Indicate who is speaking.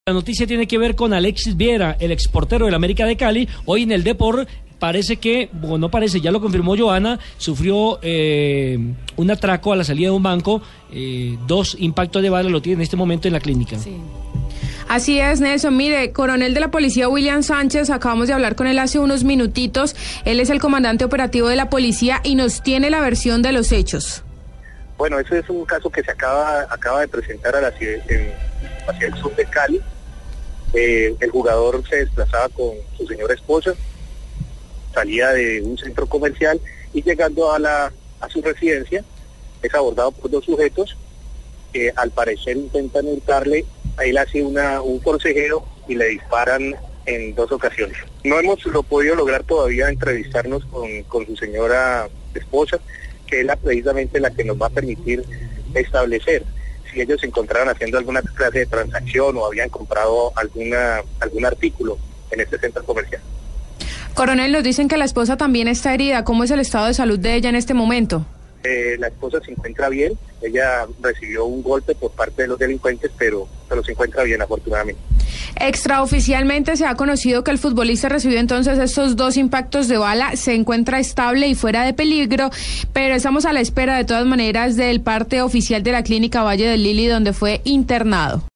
Speaker 1: La noticia tiene que ver con Alexis Viera, el exportero del América de Cali. Hoy en el Depor parece que, bueno, no parece, ya lo confirmó Joana, sufrió un atraco a la salida de un banco, 2 impactos de bala, lo tiene en este momento en la clínica.
Speaker 2: Sí. Así es, Nelson. Mire, coronel de la policía William Sánchez, acabamos de hablar con él hace unos minutitos. Él es el comandante operativo de la policía y nos tiene la versión de los hechos.
Speaker 3: Bueno, ese es un caso que se acaba de presentar hacia el sur de Cali. El jugador se desplazaba con su señora esposa, salía de un centro comercial y llegando a su residencia es abordado por 2 sujetos que al parecer intentan hurtarle. Ahí le hace un forcejeo y le disparan en 2 ocasiones. No hemos podido lograr todavía entrevistarnos con su señora esposa, que es precisamente la que nos va a permitir establecer si ellos se encontraron haciendo alguna clase de transacción o habían comprado algún artículo en este centro comercial.
Speaker 2: Coronel, nos dicen que la esposa también está herida. ¿Cómo es el estado de salud de ella en este momento?
Speaker 3: La esposa se encuentra bien. Ella recibió un golpe por parte de los delincuentes, pero se encuentra bien, afortunadamente.
Speaker 2: Extraoficialmente se ha conocido que el futbolista recibió entonces estos 2 impactos de bala, se encuentra estable y fuera de peligro, pero estamos a la espera de todas maneras del parte oficial de la clínica Valle del Lili, donde fue internado.